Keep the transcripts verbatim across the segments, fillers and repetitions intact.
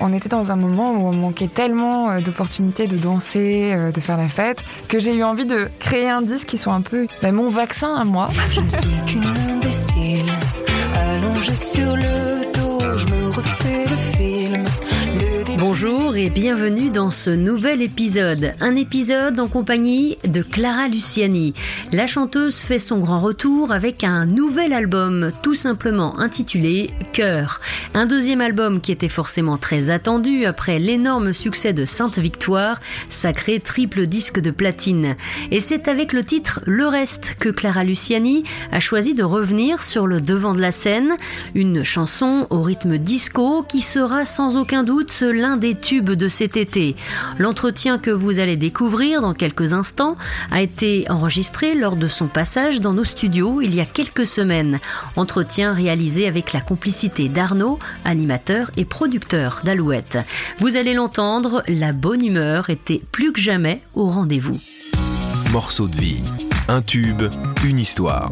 on était dans un moment où on manquait tellement d'opportunités de danser, de faire la fête, que j'ai eu envie de créer un disque qui soit un peu bah, mon vaccin à moi. Je ne suis qu'une imbécile, allongée sur le dos, je me refais le film. Bonjour et bienvenue dans ce nouvel épisode. Un épisode en compagnie de Clara Luciani. La chanteuse fait son grand retour avec un nouvel album tout simplement intitulé Cœur. Un deuxième album qui était forcément très attendu après l'énorme succès de Sainte Victoire, sacré triple disque de platine. Et c'est avec le titre Le Reste que Clara Luciani a choisi de revenir sur le devant de la scène. Une chanson au rythme disco qui sera sans aucun doute l'un des tubes de cet été. L'entretien que vous allez découvrir dans quelques instants a été enregistré lors de son passage dans nos studios il y a quelques semaines. Entretien réalisé avec la complicité d'Arnaud, animateur et producteur d'Alouette. Vous allez l'entendre, la bonne humeur était plus que jamais au rendez-vous. Morceau de vie, un tube, une histoire.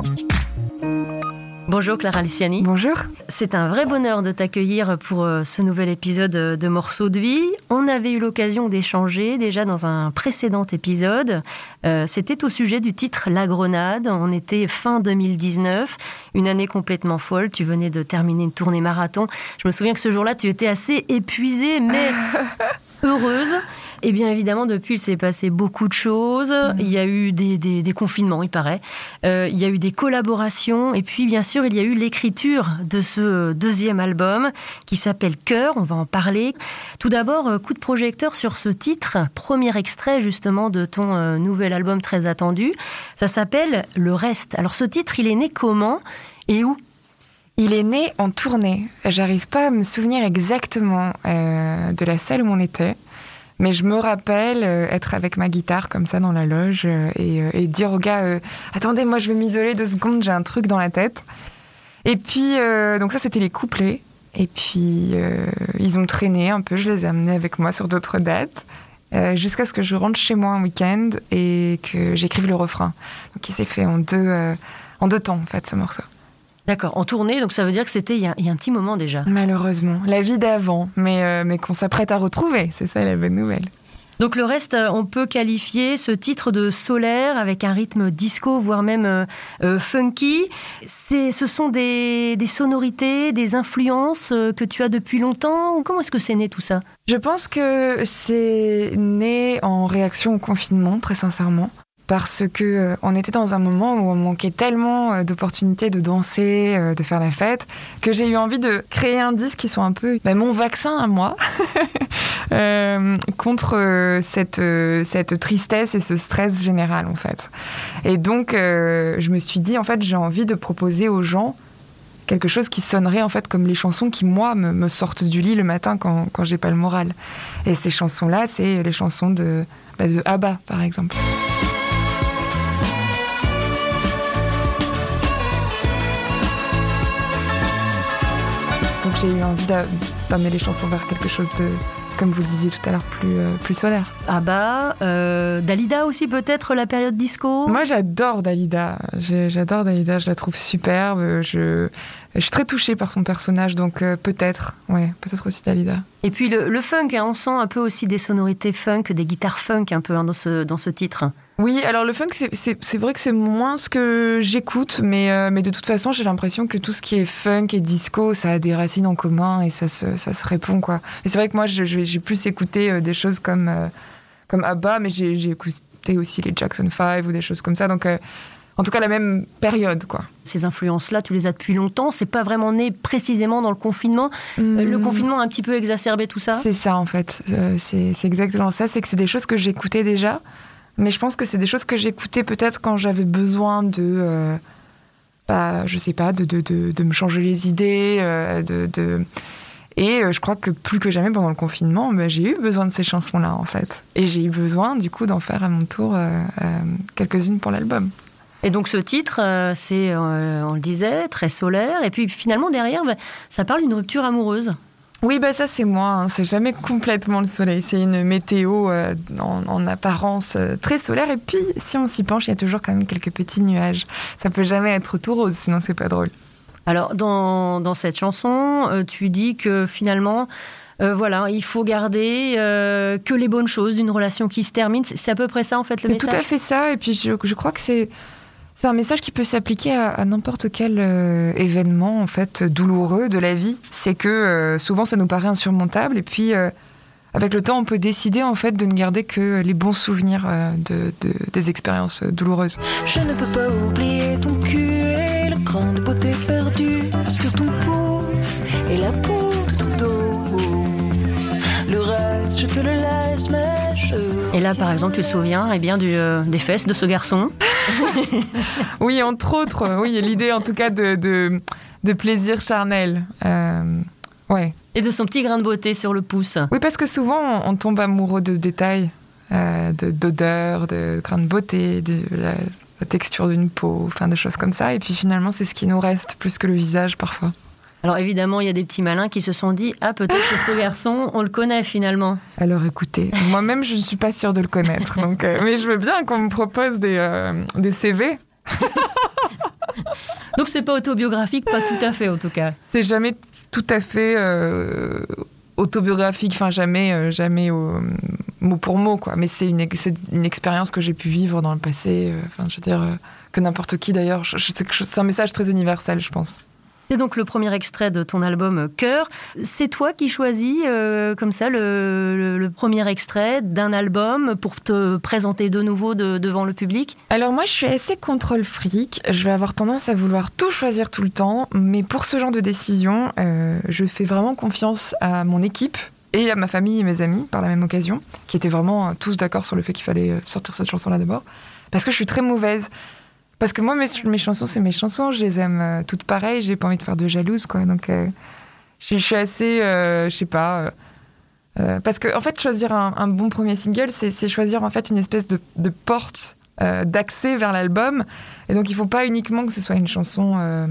Bonjour Clara Luciani. Bonjour. C'est un vrai bonheur de t'accueillir pour ce nouvel épisode de Morceaux de vie. On avait eu l'occasion d'échanger déjà dans un précédent épisode. Euh, c'était au sujet du titre La Grenade. On était fin deux mille dix-neuf, une année complètement folle. Tu venais de terminer une tournée marathon. Je me souviens que ce jour-là, tu étais assez épuisée, mais heureuse. Et bien évidemment, depuis, il s'est passé beaucoup de choses. Mmh. Il y a eu des, des, des confinements, il paraît. Euh, il y a eu des collaborations. Et puis, bien sûr, il y a eu l'écriture de ce deuxième album qui s'appelle Cœur. On va en parler. Tout d'abord, coup de projecteur sur ce titre. Premier extrait, justement, de ton euh, nouvel album très attendu. Ça s'appelle Le Reste. Alors, ce titre, il est né comment et où ? Il est né en tournée. J'arrive pas à me souvenir exactement euh, de la salle où on était. Mais je me rappelle euh, être avec ma guitare comme ça dans la loge euh, et, euh, et dire aux gars euh, « Attendez, moi je vais m'isoler deux secondes, j'ai un truc dans la tête. » Et puis, euh, donc ça c'était les couplets. Et puis, euh, ils ont traîné un peu, je les ai amenés avec moi sur d'autres dates, euh, jusqu'à ce que je rentre chez moi un week-end et que j'écrive le refrain. Donc il s'est fait en deux, euh, en deux temps en fait ce morceau. D'accord, en tournée, donc ça veut dire que c'était il y a, il y a un petit moment déjà. Malheureusement, la vie d'avant, mais, euh, mais qu'on s'apprête à retrouver, c'est ça la bonne nouvelle. Donc le reste, on peut qualifier ce titre de solaire avec un rythme disco, voire même euh, euh, funky. C'est, ce sont des, des sonorités, des influences euh, que tu as depuis longtemps. Comment est-ce que c'est né tout ça ? Je pense que c'est né en réaction au confinement, très sincèrement. Parce que euh, on était dans un moment où on manquait tellement euh, d'opportunités de danser, euh, de faire la fête, que j'ai eu envie de créer un disque qui soit un peu bah, mon vaccin à moi euh, contre euh, cette, euh, cette tristesse et ce stress général en fait. Et donc euh, je me suis dit en fait j'ai envie de proposer aux gens quelque chose qui sonnerait en fait comme les chansons qui moi me, me sortent du lit le matin quand, quand j'ai pas le moral. Et ces chansons là c'est les chansons de, bah, de Abba par exemple. Donc j'ai eu envie d'amener les chansons vers quelque chose de, comme vous le disiez tout à l'heure, plus, euh, plus solaire. Abba, euh, Dalida aussi peut-être, la période disco ? Moi j'adore Dalida, j'ai, j'adore Dalida, je la trouve superbe, je, je suis très touchée par son personnage, donc euh, peut-être, ouais, peut-être aussi Dalida. Et puis le, le funk, hein, on sent un peu aussi des sonorités funk, des guitares funk un peu hein, dans, ce, dans ce titre. Oui, alors le funk, c'est, c'est, c'est vrai que c'est moins ce que j'écoute, mais, euh, mais de toute façon, j'ai l'impression que tout ce qui est funk et disco, ça a des racines en commun et ça se, ça se répond, quoi. Et c'est vrai que moi, je, j'ai plus écouté euh, des choses comme, euh, comme Abba, mais j'ai, j'ai écouté aussi les Jackson five ou des choses comme ça, donc euh, en tout cas la même période, quoi. Ces influences-là, tu les as depuis longtemps, c'est pas vraiment né précisément dans le confinement. Mmh. Le confinement a un petit peu exacerbé tout ça ? C'est ça, en fait. Euh, c'est, c'est exactement ça, c'est que c'est des choses que j'écoutais déjà. Mais je pense que c'est des choses que j'écoutais peut-être quand j'avais besoin de, euh, bah, je sais pas, de, de, de, de me changer les idées. Euh, de, de... Et euh, je crois que plus que jamais pendant le confinement, bah, j'ai eu besoin de ces chansons-là, en fait. Et j'ai eu besoin, du coup, d'en faire à mon tour euh, euh, quelques-unes pour l'album. Et donc ce titre, euh, c'est, euh, on le disait, très solaire. Et puis finalement, derrière, bah, ça parle d'une rupture amoureuse. Oui, bah ça c'est moi, hein. C'est jamais complètement le soleil, c'est une météo euh, en, en apparence euh, très solaire, et puis si on s'y penche, il y a toujours quand même quelques petits nuages. Ça peut jamais être tout rose, sinon c'est pas drôle. Alors dans, dans cette chanson, euh, tu dis que finalement, euh, voilà, il faut garder euh, que les bonnes choses d'une relation qui se termine. C'est à peu près ça, en fait, le c'est message. tout à fait ça. Et puis, je, je crois que c'est, c'est un message qui peut s'appliquer à, à n'importe quel euh, événement, en fait, douloureux de la vie. C'est que euh, souvent, ça nous paraît insurmontable. Et puis, euh, avec le temps, on peut décider, en fait, de ne garder que les bons souvenirs euh, de, de, des expériences douloureuses. Je ne peux pas oublier ton cul et la grande beauté perdue sur ton pouce et la peau de ton dos. Le reste, je te le laisse, mais je... Et là, par exemple, tu te souviens eh bien, du, euh, des fesses de ce garçon. Oui, entre autres. euh, Oui, l'idée, en tout cas, de, de, de plaisir charnel. Euh, ouais. Et de son petit grain de beauté sur le pouce. Oui, parce que souvent, on tombe amoureux de détails, euh, de, d'odeur, de grains de beauté, de la, la texture d'une peau, enfin, de choses comme ça. Et puis finalement, c'est ce qui nous reste, plus que le visage, parfois. Alors évidemment, il y a des petits malins qui se sont dit « Ah, peut-être que ce garçon, on le connaît finalement. » Alors écoutez, moi-même, je ne suis pas sûre de le connaître. Donc, euh, mais je veux bien qu'on me propose des, euh, des C V. Donc c'est pas autobiographique, pas tout à fait en tout cas. C'est jamais tout à fait euh, autobiographique, enfin jamais, euh, jamais euh, mot pour mot, quoi. Mais c'est une, c'est une expérience que j'ai pu vivre dans le passé. Enfin, euh, je veux dire, euh, que n'importe qui d'ailleurs. Je, je sais que c'est un message très universel, je pense. C'est donc le premier extrait de ton album Cœur. C'est toi qui choisis euh, comme ça le, le, le premier extrait d'un album pour te présenter de nouveau de, devant le public? Alors moi, je suis assez contrôle fric. Je vais avoir tendance à vouloir tout choisir tout le temps. Mais pour ce genre de décision, euh, je fais vraiment confiance à mon équipe et à ma famille et mes amis par la même occasion, qui étaient vraiment tous d'accord sur le fait qu'il fallait sortir cette chanson-là d'abord. Parce que je suis très mauvaise. Parce que moi, mes, mes chansons, c'est mes chansons. Je les aime euh, toutes pareilles. J'ai pas envie de faire de jalouse, quoi. Donc, euh, je, je suis assez, euh, je sais pas. Euh, euh, parce que, en fait, choisir un, un bon premier single, c'est, c'est choisir en fait une espèce de, de porte euh, d'accès vers l'album. Et donc, il faut pas uniquement que ce soit une chanson, euh,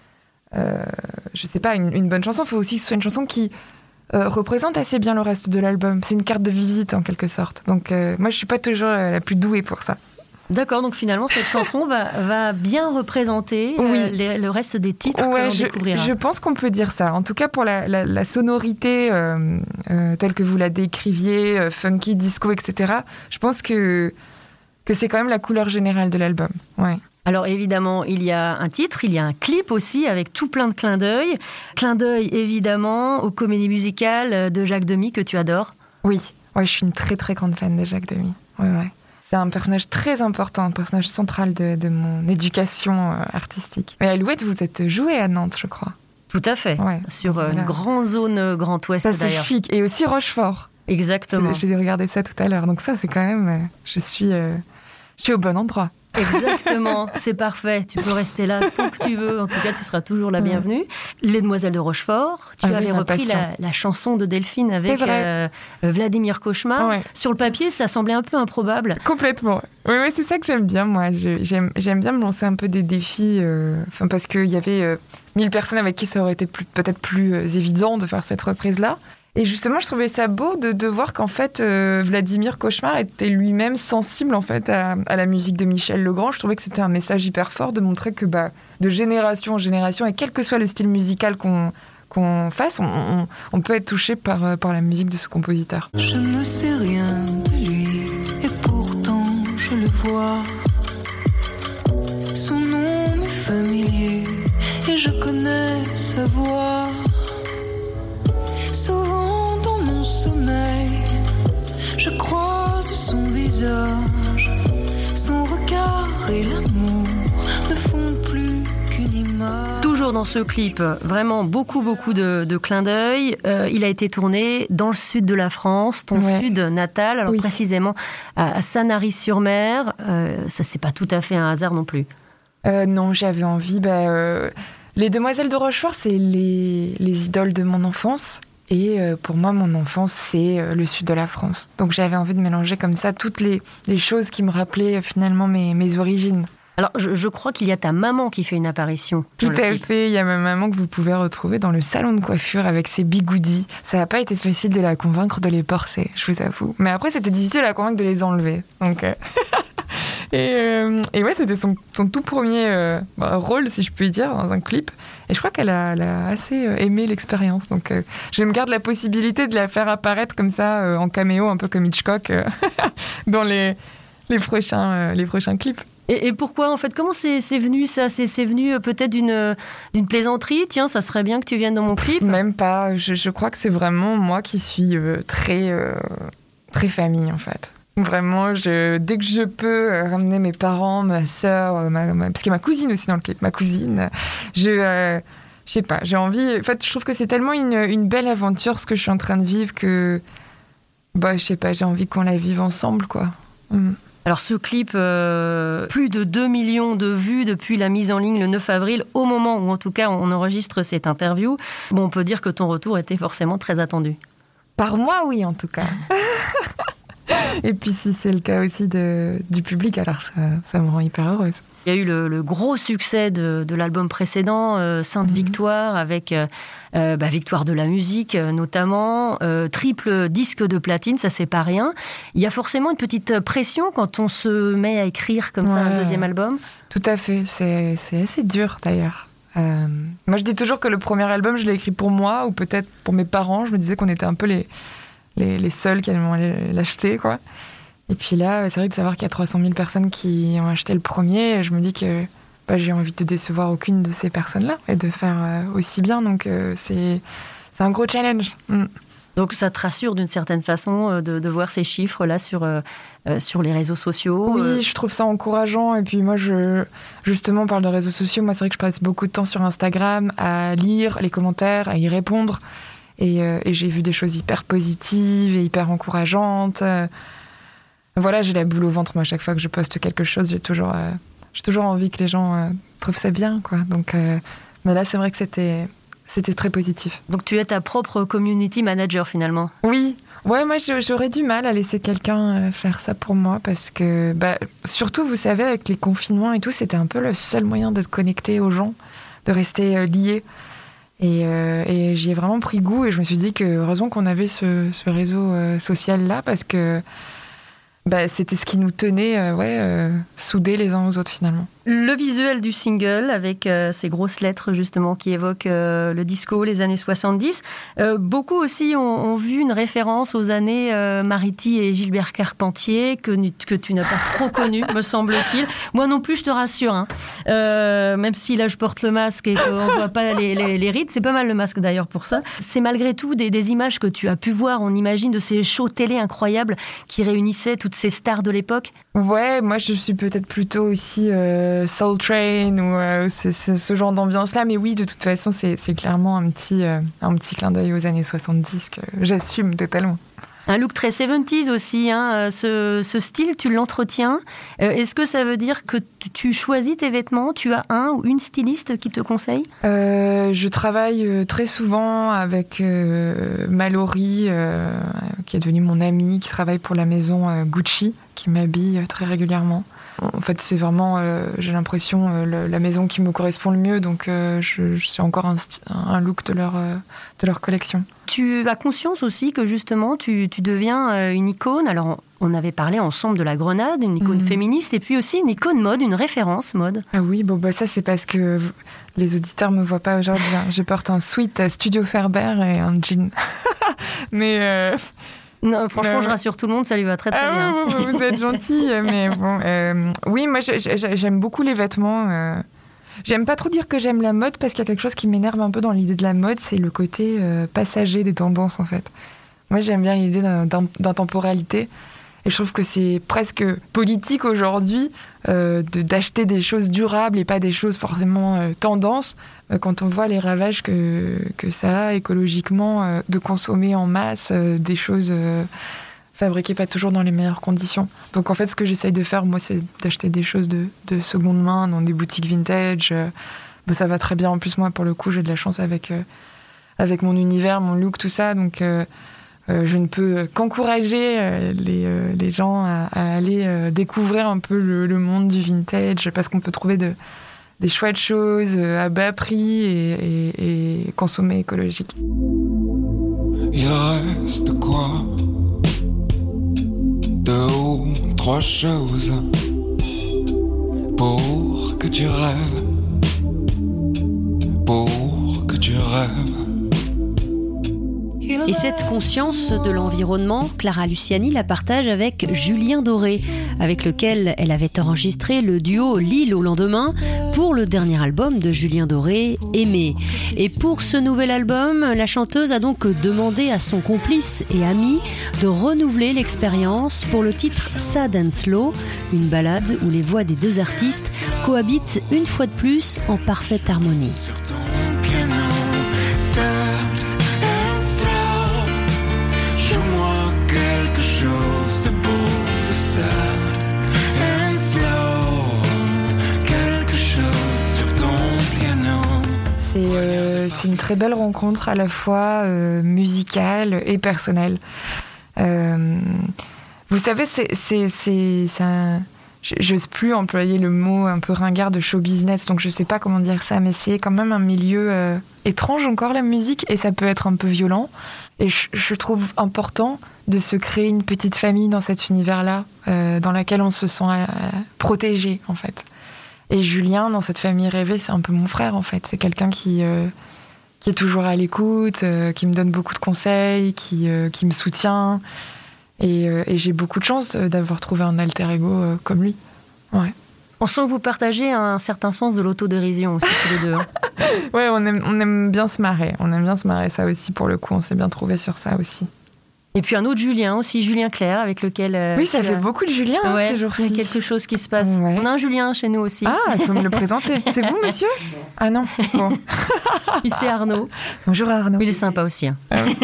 euh, je sais pas, une, une bonne chanson. Il faut aussi que ce soit une chanson qui euh, représente assez bien le reste de l'album. C'est une carte de visite en quelque sorte. Donc, euh, moi, je suis pas toujours la plus douée pour ça. D'accord, donc finalement, cette chanson va, va bien représenter oui. euh, les, le reste des titres ouais, que l'on je, découvrira. Je pense qu'on peut dire ça. En tout cas, pour la, la, la sonorité euh, euh, telle que vous la décriviez, euh, funky, disco, et cetera, je pense que, que c'est quand même la couleur générale de l'album. Ouais. Alors évidemment, il y a un titre, il y a un clip aussi avec tout plein de clins d'œil. Clin d'œil évidemment aux comédies musicales de Jacques Demy que tu adores. Oui, ouais, je suis une très très grande fan de Jacques Demy. Ouais, ouais. C'est un personnage très important, un personnage central de, de mon éducation euh, artistique. Mais Alouette, vous êtes joué à Nantes, je crois. Tout à fait, ouais. Sur voilà. Une grande zone Grand Ouest ça, d'ailleurs. Ça, c'est chic. Et aussi Rochefort. Exactement. J'ai, j'ai regardé ça tout à l'heure. Donc ça, c'est quand même... Euh, je, suis, euh, je suis au bon endroit. Exactement, c'est parfait. Tu peux rester là tant que tu veux. En tout cas, tu seras toujours la bienvenue. Les Demoiselles de Rochefort, tu ah avais oui, repris la, la chanson de Delphine avec euh, Vladimir Cauchemar. Ouais. Sur le papier, ça semblait un peu improbable. Complètement. Oui, oui, c'est ça que j'aime bien, moi. Je, j'aime, j'aime bien me lancer un peu des défis, euh, parce qu'il y avait euh, mille personnes avec qui ça aurait été plus, peut-être plus euh, évident de faire cette reprise-là. Et justement, je trouvais ça beau de, de voir qu'en fait, euh, Vladimir Cauchemar était lui-même sensible en fait à, à la musique de Michel Legrand. Je trouvais que c'était un message hyper fort de montrer que bah, de génération en génération, et quel que soit le style musical qu'on, qu'on fasse, on, on, on peut être touché par, par la musique de ce compositeur. Je ne sais rien de lui, et pourtant je le vois. Son nom m'est familier, et je connais sa voix. Souvent dans mon sommeil, je croise son visage. Son regard et l'amour ne font plus qu'une image. Toujours dans ce clip, vraiment beaucoup, beaucoup de, de clins d'œil. Euh, il a été tourné dans le sud de la France, ton ouais. sud natal, alors oui. précisément à Sanary-sur-Mer. Euh, ça, c'est pas tout à fait un hasard non plus. Euh, non, j'avais envie... Bah, euh, les Demoiselles de Rochefort, c'est les, les idoles de mon enfance. Et euh, pour moi, mon enfance, c'est euh, le sud de la France. Donc j'avais envie de mélanger comme ça toutes les, les choses qui me rappelaient euh, finalement mes, mes origines. Alors, je, je crois qu'il y a ta maman qui fait une apparition. Tout à fait, il y a ma maman que vous pouvez retrouver dans le salon de coiffure avec ses bigoudis. Ça n'a pas été facile de la convaincre de les porter, je vous avoue. Mais après, c'était difficile de la convaincre de les enlever. Donc, euh... Et, euh, et ouais, c'était son, son tout premier euh, bah, rôle, si je puis dire, dans un clip. Et je crois qu'elle a, elle a assez aimé l'expérience. Donc, euh, je me garde la possibilité de la faire apparaître comme ça, euh, en caméo, un peu comme Hitchcock, euh, dans les, les, prochains, euh, les prochains clips. Et, et pourquoi, en fait, comment c'est, c'est venu ça c'est, c'est venu euh, peut-être d'une, d'une plaisanterie ? Tiens, ça serait bien que tu viennes dans mon clip ? Même pas. Je, je crois que c'est vraiment moi qui suis euh, très, euh, très famille, en fait. Vraiment, je, dès que je peux euh, ramener mes parents, ma sœur, ma, ma, parce qu'il y a ma cousine aussi dans le clip, ma cousine, je, euh, je sais pas, j'ai envie. En fait, je trouve que c'est tellement une, une belle aventure ce que je suis en train de vivre que, bah, je sais pas, j'ai envie qu'on la vive ensemble, quoi. Mm. Alors ce clip, euh, plus de deux millions de vues depuis la mise en ligne le neuf avril, au moment où en tout cas on enregistre cette interview. Bon, on peut dire que ton retour était forcément très attendu. Par moi, oui, en tout cas. Et puis si c'est le cas aussi de, du public, alors ça, ça me rend hyper heureuse. Il y a eu le, le gros succès de, de l'album précédent, euh, Sainte mmh. Victoire, avec euh, bah, Victoire de la musique euh, notamment, euh, triple disque de platine, ça c'est pas rien. Il y a forcément une petite pression quand on se met à écrire comme ouais, ça un deuxième album. Tout à fait, c'est, c'est assez dur d'ailleurs. Euh, moi je dis toujours que le premier album je l'ai écrit pour moi ou peut-être pour mes parents. Je me disais qu'on était un peu les, les, les seuls qui allaient l'acheter, quoi. Et puis là, c'est vrai de savoir qu'il y a trois cent mille personnes qui ont acheté le premier, je me dis que bah, j'ai envie de décevoir aucune de ces personnes-là et de faire euh, aussi bien. Donc euh, c'est, c'est un gros challenge. Mm. Donc ça te rassure d'une certaine façon de, de voir ces chiffres-là sur, euh, sur les réseaux sociaux ? Oui, je trouve ça encourageant. Et puis moi, je, justement, on parle de réseaux sociaux. Moi, c'est vrai que je passe beaucoup de temps sur Instagram à lire les commentaires, à y répondre. Et, euh, et j'ai vu des choses hyper positives et hyper encourageantes. Voilà, j'ai la boule au ventre, moi, à chaque fois que je poste quelque chose, j'ai toujours, euh, j'ai toujours envie que les gens euh, trouvent ça bien, quoi. Donc, euh, mais là, c'est vrai que c'était, c'était très positif. Donc, tu es ta propre community manager, finalement ? Oui. Ouais, moi, j'aurais du mal à laisser quelqu'un faire ça pour moi, parce que, bah, surtout, vous savez, avec les confinements et tout, c'était un peu le seul moyen d'être connecté aux gens, de rester euh, lié. Et, euh, et j'y ai vraiment pris goût, et je me suis dit que, heureusement qu'on avait ce, ce réseau euh, social-là, parce que bah, c'était ce qui nous tenait euh, ouais, euh, soudés les uns aux autres finalement. Le visuel du single avec euh, ces grosses lettres justement qui évoquent euh, le disco, les années soixante-dix. Euh, beaucoup aussi ont, ont vu une référence aux années euh, Mariti et Gilbert Carpentier que, que tu n'as pas trop connu, me semble-t-il. Moi non plus, je te rassure. Hein. Euh, même si là je porte le masque et qu'on ne voit pas les, les, les rides, c'est pas mal le masque d'ailleurs pour ça. C'est malgré tout des, des images que tu as pu voir, on imagine, de ces shows télé incroyables qui réunissaient toutes ces stars de l'époque. Ouais, moi je suis peut-être plutôt aussi euh, Soul Train ou euh, c'est, c'est ce genre d'ambiance-là, mais oui, de toute façon, c'est, c'est clairement un petit, euh, un petit clin d'œil aux années soixante-dix que j'assume totalement. Un look très soixante-dix aussi, hein. ce, ce style, tu l'entretiens. Euh, est-ce que ça veut dire que tu choisis tes vêtements ? Tu as un ou une styliste qui te conseille ? euh, Je travaille très souvent avec euh, Mallory, euh, qui est devenue mon amie, qui travaille pour la maison euh, Gucci, qui m'habille très régulièrement. En fait, c'est vraiment, euh, j'ai l'impression, euh, le, la maison qui me correspond le mieux. Donc, euh, je, je suis encore un, un look de leur, euh, de leur collection. Tu as conscience aussi que, justement, tu, tu deviens euh, une icône. Alors, on avait parlé ensemble de la Grenade, une icône mmh. féministe, et puis aussi une icône mode, une référence mode. Ah oui, bon, bah, ça, c'est parce que les auditeurs ne me voient pas aujourd'hui. Hein. Je porte un sweat Studio Ferber et un jean. Mais... Euh... Non, franchement, euh... je rassure tout le monde, ça lui va très très ah, bien. Vous, vous êtes gentil, mais bon. Euh, oui, moi, je, je, j'aime beaucoup les vêtements. Euh, j'aime pas trop dire que j'aime la mode parce qu'il y a quelque chose qui m'énerve un peu dans l'idée de la mode, c'est le côté euh, passager des tendances en fait. Moi, j'aime bien l'idée d'un, d'un, d'intemporalité. Et je trouve que c'est presque politique aujourd'hui euh, de, d'acheter des choses durables et pas des choses forcément euh, tendances. Euh, quand on voit les ravages que, que ça a écologiquement, euh, de consommer en masse euh, des choses euh, fabriquées pas toujours dans les meilleures conditions. Donc en fait, ce que j'essaye de faire, moi, c'est d'acheter des choses de, de seconde main dans des boutiques vintage. Euh, ben, ça va très bien. En plus, moi, pour le coup, j'ai de la chance avec, euh, avec mon univers, mon look, tout ça. Donc... Euh, Euh, je ne peux qu'encourager euh, les, euh, les gens à, à aller euh, découvrir un peu le, le monde du vintage parce qu'on peut trouver de, des chouettes choses euh, à bas prix et, et, et consommer écologique. Il reste quoi? Deux ou trois choses pour que tu rêves, pour que tu rêves. Et cette conscience de l'environnement, Clara Luciani la partage avec Julien Doré, avec lequel elle avait enregistré le duo L'île au lendemain pour le dernier album de Julien Doré, Aimer. Et pour ce nouvel album, la chanteuse a donc demandé à son complice et ami de renouveler l'expérience pour le titre Sad and Slow, une ballade où les voix des deux artistes cohabitent une fois de plus en parfaite harmonie. C'est, euh, c'est une très belle rencontre à la fois euh, musicale et personnelle. Euh, vous savez, c'est, c'est, c'est, c'est un... J'ose plus employer le mot un peu ringard de show business, donc je sais pas comment dire ça, mais c'est quand même un milieu euh, étrange encore, la musique, et ça peut être un peu violent. Et je, je trouve important de se créer une petite famille dans cet univers-là, euh, dans laquelle on se sent euh, protégé, en fait. Et Julien, dans cette famille rêvée, c'est un peu mon frère, en fait. C'est quelqu'un qui, euh, qui est toujours à l'écoute, euh, qui me donne beaucoup de conseils, qui, euh, qui me soutient. Et, euh, et j'ai beaucoup de chance d'avoir trouvé un alter ego euh, comme lui. Ouais. On sent que vous partagez un certain sens de l'autodérision aussi, tous les deux. Hein. Ouais, on aime, on aime bien se marrer. On aime bien se marrer, ça aussi, pour le coup. On s'est bien trouvé sur ça aussi. Et puis un autre Julien aussi, Julien Clerc, avec lequel... Euh, oui, ça fait a... beaucoup de Julien hein, ouais, ces jours-ci. Il y a quelque chose qui se passe. Ouais. On a un Julien chez nous aussi. Ah, il faut me le présenter. C'est vous, monsieur ? Ah non. Bon. Puis c'est Arnaud. Bonjour Arnaud. Il est sympa aussi. Hein. Ah oui.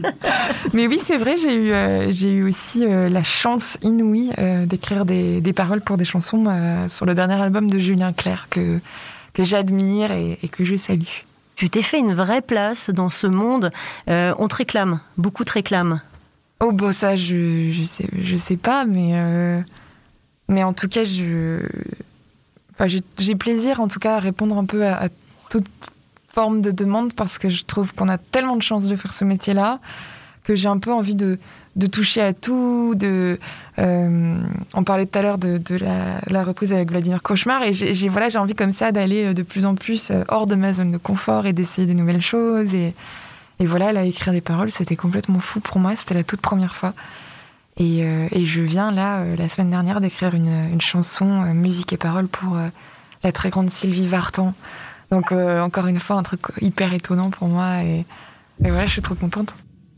Mais oui, c'est vrai, j'ai eu, euh, j'ai eu aussi euh, la chance inouïe euh, d'écrire des, des paroles pour des chansons euh, sur le dernier album de Julien Clerc que, que j'admire et, et que je salue. Tu t'es fait une vraie place dans ce monde. Euh, on te réclame, beaucoup te réclament. Oh, bon, ça, je, je, sais, je sais pas, mais, euh, mais en tout cas, je, enfin, j'ai, j'ai plaisir en tout cas à répondre un peu à, à toute forme de demande parce que je trouve qu'on a tellement de chance de faire ce métier-là que j'ai un peu envie de, de toucher à tout. De, euh, on parlait tout à l'heure de, de la, la reprise avec Vladimir Cauchemar et j'ai, j'ai, voilà, j'ai envie comme ça d'aller de plus en plus hors de ma zone de confort et d'essayer des nouvelles choses et Et voilà, là, écrire des paroles, c'était complètement fou pour moi. C'était la toute première fois. Et, euh, et je viens, là, euh, la semaine dernière, d'écrire une, une chanson, euh, musique et paroles pour euh, la très grande Sylvie Vartan. Donc, euh, encore une fois, un truc hyper étonnant pour moi. Et, et voilà, je suis trop contente.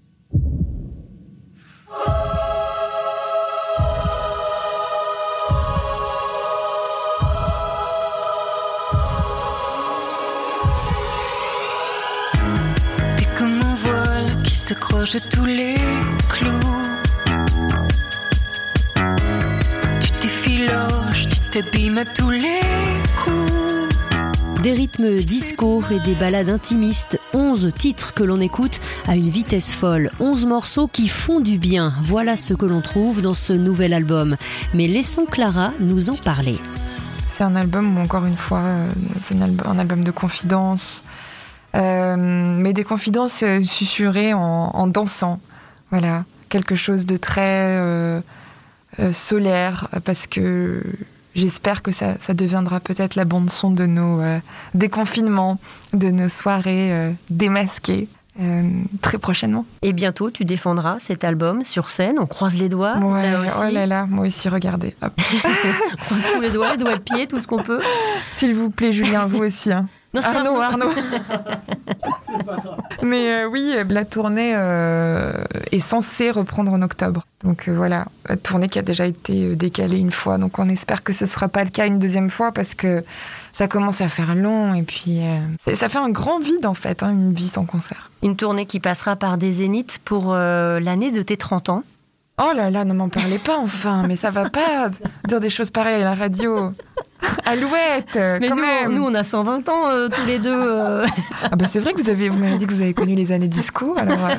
S'accroche à tous les clous. Tu t'effiloches, tu t'abîmes à tous les coups. Des rythmes disco et des ballades intimistes, onze titres que l'on écoute à une vitesse folle, onze morceaux qui font du bien. Voilà ce que l'on trouve dans ce nouvel album. Mais laissons Clara nous en parler. C'est un album où, encore une fois, c'est un album, un album de confidences. Euh, mais des confidences euh, susurrées en, en dansant, voilà, quelque chose de très euh, euh, solaire, parce que j'espère que ça, ça deviendra peut-être la bande-son de nos euh, déconfinements, de nos soirées euh, démasquées, euh, très prochainement. Et bientôt, tu défendras cet album sur scène, on croise les doigts. Ouais, là aussi. Oh là là, moi aussi, regardez. Hop. On croise tous les doigts, les doigts de pied, tout ce qu'on peut. S'il vous plaît, Julien, vous aussi, hein. Non, c'est Arnaud, Arnaud. Mais euh, oui, la tournée euh, est censée reprendre en octobre. Donc euh, voilà, la tournée qui a déjà été décalée une fois. Donc on espère que ce ne sera pas le cas une deuxième fois parce que ça commence à faire long. Et puis euh, ça fait un grand vide en fait, hein, une vie sans concert. Une tournée qui passera par des zéniths pour euh, l'année de tes trente ans. Oh là là, ne m'en parlez pas enfin, mais ça va pas dire des choses pareilles à la radio. Alouette, mais quand nous, même. nous, on a cent vingt ans euh, tous les deux. Euh... Ah bah c'est vrai que vous avez, vous m'avez dit que vous avez connu les années disco, alors. Euh...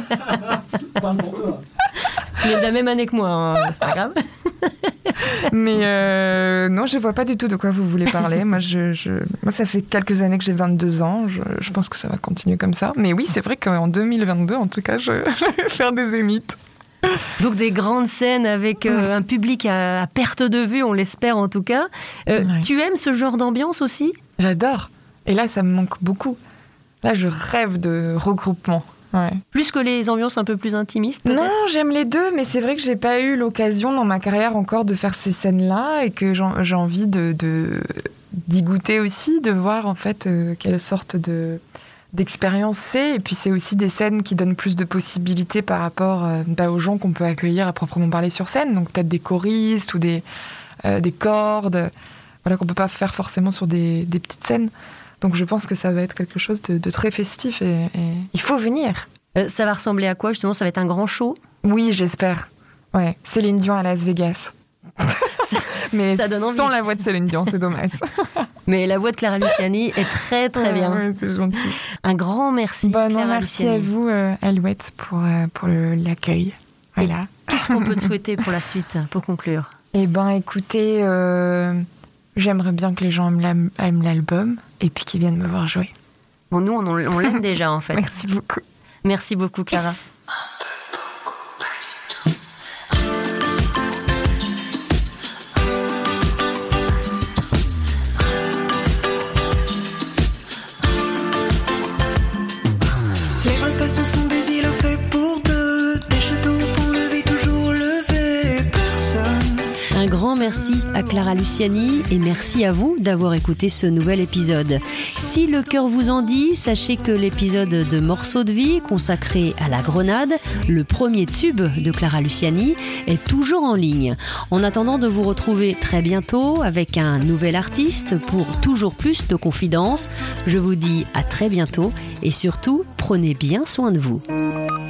Mais de la même année que moi, hein, c'est pas grave. Mais euh, non, je vois pas du tout de quoi vous voulez parler. Moi, je, je, moi, ça fait quelques années que j'ai vingt-deux ans. Je, je pense que ça va continuer comme ça. Mais oui, c'est vrai qu'en deux mille vingt-deux, en tout cas, je, je vais faire des zéniths. Donc des grandes scènes avec euh, ouais. un public à, à perte de vue, on l'espère en tout cas. Euh, ouais. Tu aimes ce genre d'ambiance aussi ? J'adore. Et là, ça me manque beaucoup. Là, je rêve de regroupement. Ouais. Plus que les ambiances un peu plus intimistes, peut-être ? Non, j'aime les deux, mais c'est vrai que j'ai pas eu l'occasion dans ma carrière encore de faire ces scènes-là et que j'ai, j'ai envie de, de, d'y goûter aussi, de voir en fait euh, quelle sorte de, d'expérience c'est. Et puis c'est aussi des scènes qui donnent plus de possibilités par rapport euh, bah, aux gens qu'on peut accueillir à proprement parler sur scène. Donc peut-être des choristes ou des, euh, des cordes, voilà, qu'on peut pas faire forcément sur des, des petites scènes. Donc je pense que ça va être quelque chose de, de très festif et, et il faut venir. Euh, ça va ressembler à quoi justement ? Ça va être un grand show ? Oui, j'espère. Ouais, Céline Dion à Las Vegas. Mais ça donne envie. Sans la voix de Céline Dion, c'est dommage. Mais la voix de Clara Luciani est très très ouais, bien. Ouais, c'est gentil. Un grand merci bah, Clara non, merci Luciani. à vous euh, Alouette pour, euh, pour le, l'accueil. Voilà. Et qu'est-ce qu'on peut te souhaiter pour la suite, pour conclure ? Eh ben écoutez... Euh... J'aimerais bien que les gens aiment, aiment l'album et puis qu'ils viennent me voir jouer. Bon, nous, on, on l'aime déjà, en fait. Merci beaucoup. Merci beaucoup, Clara. Les repas sont des îlots faits pour deux, des châteaux pour lever, toujours lever personne. Un grand merci à Clara Luciani et merci à vous d'avoir écouté ce nouvel épisode. Si le cœur vous en dit, sachez que l'épisode de Morceaux de vie consacré à la Grenade, le premier tube de Clara Luciani, est toujours en ligne. En attendant de vous retrouver très bientôt avec un nouvel artiste pour toujours plus de confidences, je vous dis à très bientôt et surtout, prenez bien soin de vous.